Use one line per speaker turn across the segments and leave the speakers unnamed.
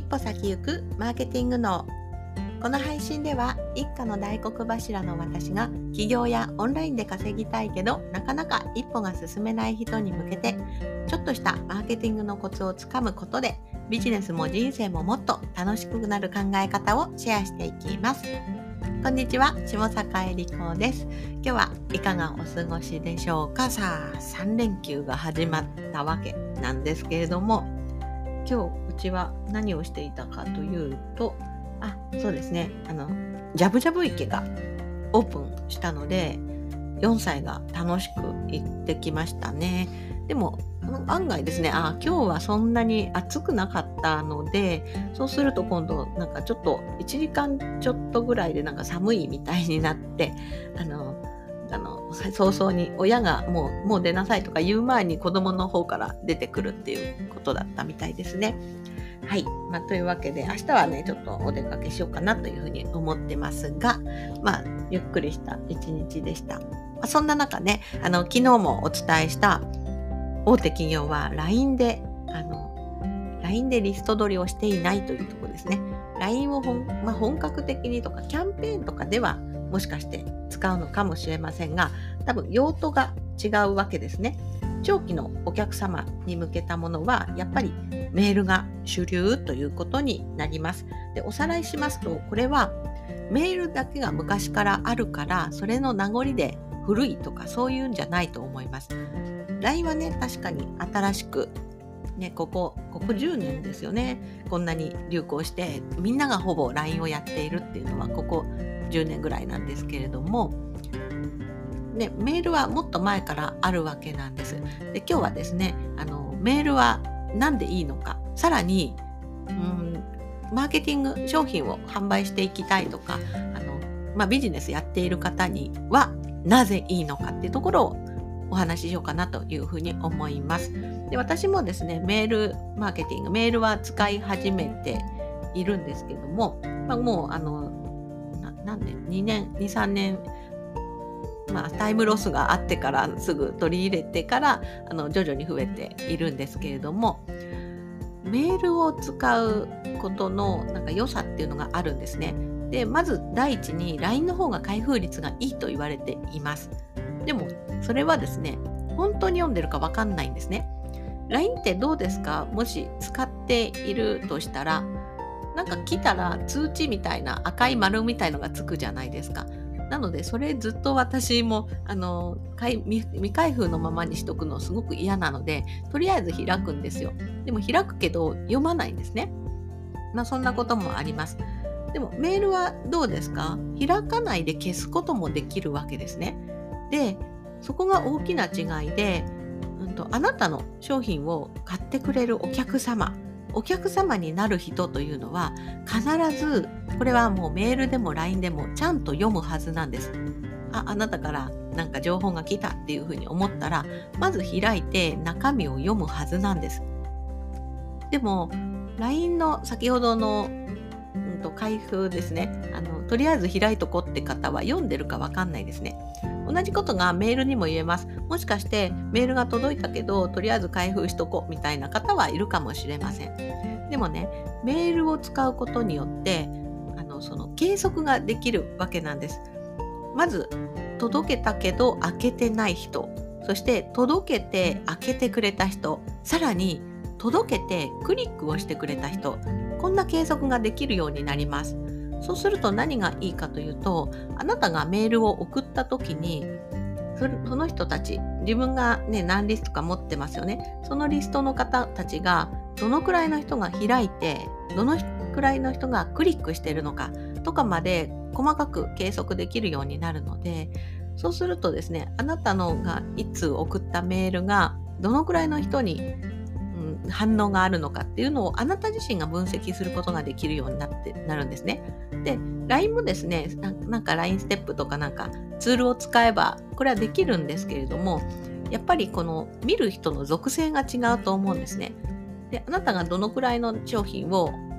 歩先行くマーケティング脳。この配信では一家の大黒柱の私が起業やオンラインで稼ぎたいけどなかなか一歩が進めない人に向けてちょっとしたマーケティングのコツをつかむことでビジネスも人生ももっと楽しくなる考え方をシェアしていきます。こんにちは、下坂恵理子です。今日はいかがお過ごしでしょうか。さあ、3連休が始まったわけなんですけれども、今日うちは何をしていたかというと、そうですね、ジャブジャブ池がオープンしたので4歳が楽しく行ってきましたね。でも案外ですね、今日はそんなに暑くなかったので、そうすると今度なんかちょっと1時間ちょっとぐらいでなんか寒いみたいになって、早々に親がもう出なさいとか言う前に子供の方から出てくるっていうことだったみたいですね。はい、というわけで明日はねちょっとお出かけしようかなというふうに思ってますが、ゆっくりした一日でした。そんな中ね、昨日もお伝えした大手企業は LINE でリスト取りをしていないというところですね。LINE を本格的にとかキャンペーンとかではもしかして使うのかもしれませんが、多分用途が違うわけですね。長期のお客様に向けたものはやっぱりメールが主流ということになります。で、おさらいしますと、これはメールだけが昔からあるからそれの名残で古いとかそういうんじゃないと思います。LINE はね、確かに新しくね、ここ10年ですよね。こんなに流行してみんながほぼ LINE をやっているっていうのはここ10年ぐらいなんですけれども、ね、メールはもっと前からあるわけなんです。で、今日はですね、メールはなんでいいのか、さらにマーケティング商品を販売していきたいとか、ビジネスやっている方にはなぜいいのかっていうところをお話ししようかなというふうに思います。で、私もですね、メールマーケティング、メールは使い始めているんですけども、もう何年2年2、3年タイムロスがあってからすぐ取り入れてから徐々に増えているんですけれども、メールを使うことのなんか良さっていうのがあるんですね。で、まず第一に LINE の方が開封率がいいと言われています。でもそれはですね、本当に読んでるか分かんないんですね。 LINE ってどうですか？もし使っているとしたら、なんか来たら通知みたいな赤い丸みたいのがつくじゃないですか。なのでそれずっと私も未開封のままにしとくのすごく嫌なので、とりあえず開くんですよ。でも開くけど読まないんですね。そんなこともあります。でもメールはどうですか？開かないで消すこともできるわけですね。で、そこが大きな違いで、あなたの商品を買ってくれるお客様になる人というのは必ずこれはもうメールでも LINE でもちゃんと読むはずなんです。あなたからなんか情報が来たっていうふうに思ったら、まず開いて中身を読むはずなんです。でも LINE の先ほどの開封ですね、とりあえず開いとこうって方は読んでるかわかんないですね。同じことがメールにも言えます。もしかしてメールが届いたけどとりあえず開封しとこうみたいな方はいるかもしれません。でもね、メールを使うことによってその計測ができるわけなんです。まず届けたけど開けてない人、そして届けて開けてくれた人、さらに届けてクリックをしてくれた人、こんな計測ができるようになります。そうすると何がいいかというと、あなたがメールを送った時にその人たち、自分がね何リストか持ってますよね。そのリストの方たちがどのくらいの人が開いて、どのくらいの人がクリックしているのかとかまで細かく計測できるようになるので、そうするとですね、あなたのがいつ送ったメールがどのくらいの人に反応があるのかっていうのをあなた自身が分析することができるようになるんですね。で、LINE もですね、なんか LINE ステップとかなんかツールを使えばこれはできるんですけれども、やっぱりこの見る人の属性が違うと思うんですね。で、あなたがどのくらいの商品を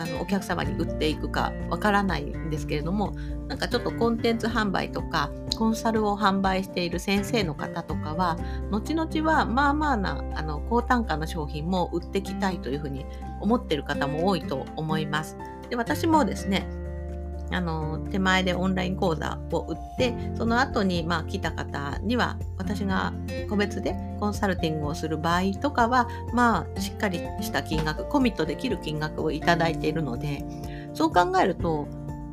お客様に売っていくかわからないんですけれども、なんかちょっとコンテンツ販売とかコンサルを販売している先生の方とかは、後々はまあまあな高単価の商品も売ってきたいというふうに思っている方も多いと思います。で、私もですね、手前でオンライン講座を売って、その後に来た方には私が個別でコンサルティングをする場合とかはしっかりした金額、コミットできる金額をいただいているので、そう考えると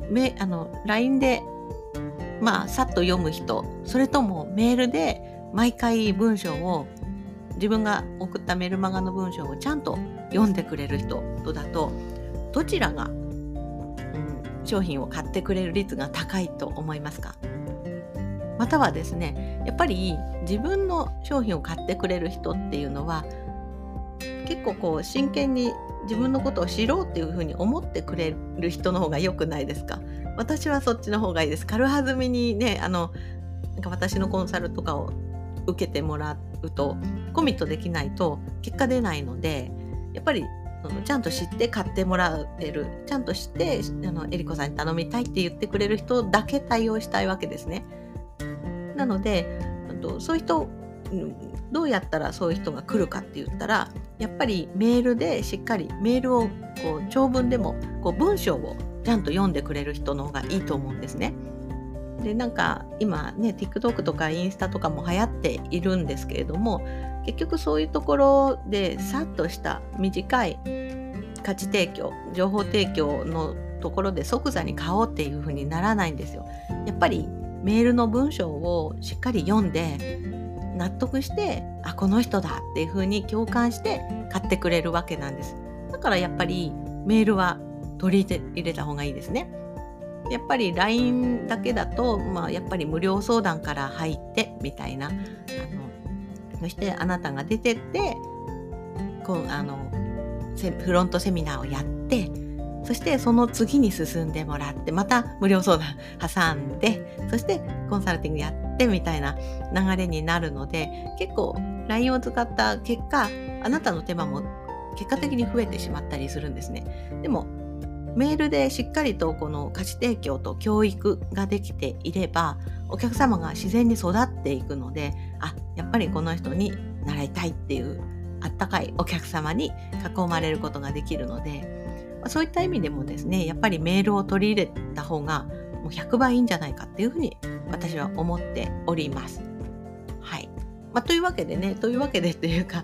LINE でさっと読む人、それともメールで毎回文章を、自分が送ったメルマガの文章をちゃんと読んでくれる人とだと、どちらが商品を買ってくれる率が高いと思いますか？またはですね、やっぱり自分の商品を買ってくれる人っていうのは結構真剣に自分のことを知ろうっていうふうに思ってくれる人の方が良くないですか？私はそっちの方がいいです。軽はずみにね、なんか私のコンサルとかを受けてもらうとコミットできないと結果出ないので、やっぱりちゃんと知って買ってもらえる、ちゃんと知ってえりこさんに頼みたいって言ってくれる人だけ対応したいわけですね。なのでそういう人、どうやったらそういう人が来るかって言ったら、やっぱりメールでしっかりメールを長文でも文章をちゃんと読んでくれる人の方がいいと思うんですね。で、なんか今ね TikTok とかインスタとかも流行っているんですけれども、結局そういうところでさっとした短い価値提供、情報提供のところで即座に買おうっていう風にならないんですよ。やっぱりメールの文章をしっかり読んで納得して、この人だっていう風に共感して買ってくれるわけなんです。だからやっぱりメールは取り入れた方がいいですね。やっぱり LINE だけだと、やっぱり無料相談から入ってみたいな、そしてあなたが出てってフロントセミナーをやって、そしてその次に進んでもらって、また無料相談挟んで、そしてコンサルティングやってみたいな流れになるので、結構 LINE を使った結果、あなたの手間も結果的に増えてしまったりするんですね。でもメールでしっかりとこの価値提供と教育ができていれば、お客様が自然に育っていくので、やっぱりこの人に習いたいっていうあったかいお客様に囲まれることができるので、そういった意味でもですね、やっぱりメールを取り入れた方がもう100倍いいんじゃないかっていうふうに私は思っております。はい。というわけでというか、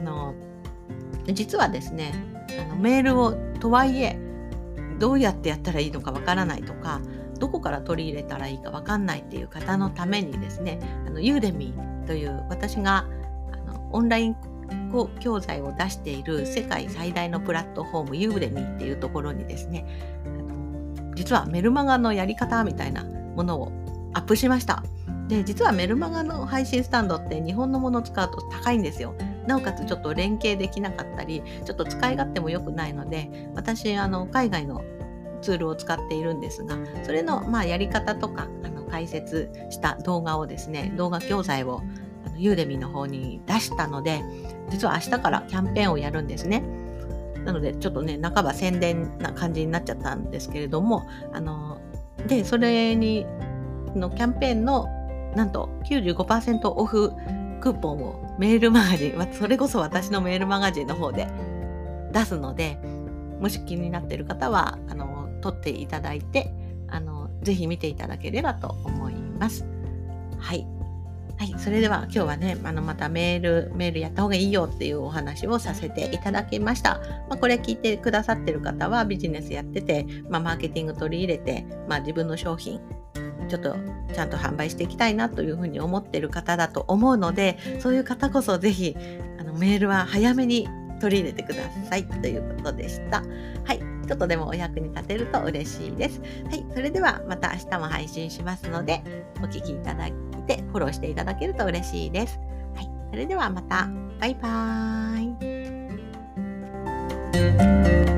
実はですね、メールをとはいえどうやってやったらいいのかわからないとか、どこから取り入れたらいいかわかんないっていう方のためにですね、ユーデミーという私がオンライン教材を出している世界最大のプラットフォームユーデミーっていうところにですね、実はメルマガのやり方みたいなものをアップしました。で、実はメルマガの配信スタンドって日本のものを使うと高いんですよ。なおかつちょっと連携できなかったり、ちょっと使い勝手も良くないので、私海外のツールを使っているんですが、それのやり方とか解説した動画をですね、動画教材をユーデミーの方に出したので、実は明日からキャンペーンをやるんですね。なのでちょっとね、半ば宣伝な感じになっちゃったんですけれども、でそれにのキャンペーンのなんと 95% オフクーポンをメールマガジン、それこそ私のメールマガジンの方で出すので、もし気になっている方は取っていただいて、ぜひ見ていただければと思います。はい。はい、それでは今日はね、またメールやった方がいいよっていうお話をさせていただきました。これ聞いてくださってる方はビジネスやってて、マーケティング取り入れて、自分の商品ちょっとちゃんと販売していきたいなというふうに思ってる方だと思うので、そういう方こそぜひメールは早めに取り入れてくださいということでした。はい、ちょっとでもお役に立てると嬉しいです。はい、それではまた明日も配信しますので、お聞きいただいてフォローしていただけると嬉しいです。はい、それではまた。バイバーイ。